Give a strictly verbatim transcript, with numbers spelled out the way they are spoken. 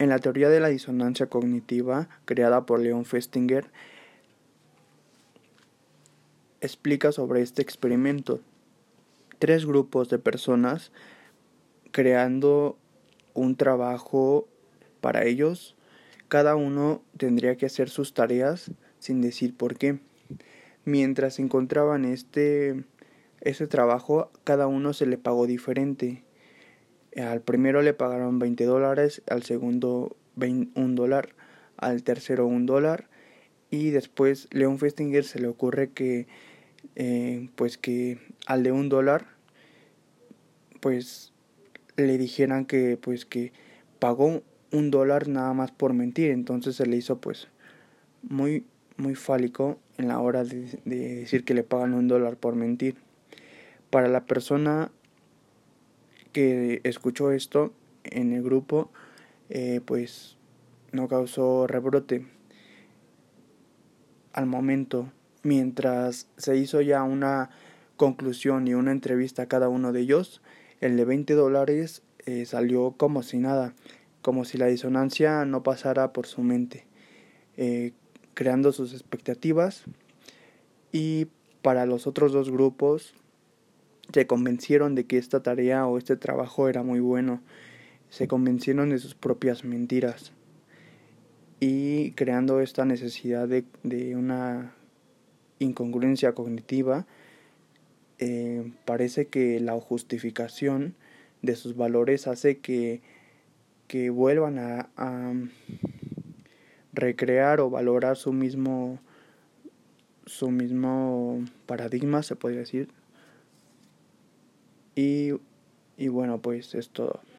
En la teoría de la disonancia cognitiva, creada por Leon Festinger, explica sobre este experimento. Tres grupos de personas creando un trabajo para ellos. Cada uno tendría que hacer sus tareas sin decir por qué. Mientras encontraban este, este trabajo, cada uno se le pagó diferente. Al primero le pagaron veinte dólares, al segundo un dólar, al tercero un dólar, y después Leon Festinger se le ocurre que eh, pues que al de un dólar pues le dijeran que pues que pagó un dólar nada más por mentir. Entonces se le hizo pues muy muy fálico en la hora de, de decir que le pagan un dólar por mentir. Para la persona que escuchó esto en el grupo, eh, pues no causó rebrote al momento. Mientras se hizo ya una conclusión y una entrevista a cada uno de ellos, el de veinte dólares eh, salió como si nada, como si la disonancia no pasara por su mente, eh, creando sus expectativas. Y para los otros dos grupos se convencieron de que esta tarea o este trabajo era muy bueno, se convencieron de sus propias mentiras, y creando esta necesidad de, de una incongruencia cognitiva, eh, parece que la justificación de sus valores hace que, que vuelvan a, a recrear o valorar su mismo su mismo paradigma, se podría decir. Y, y bueno, pues es todo.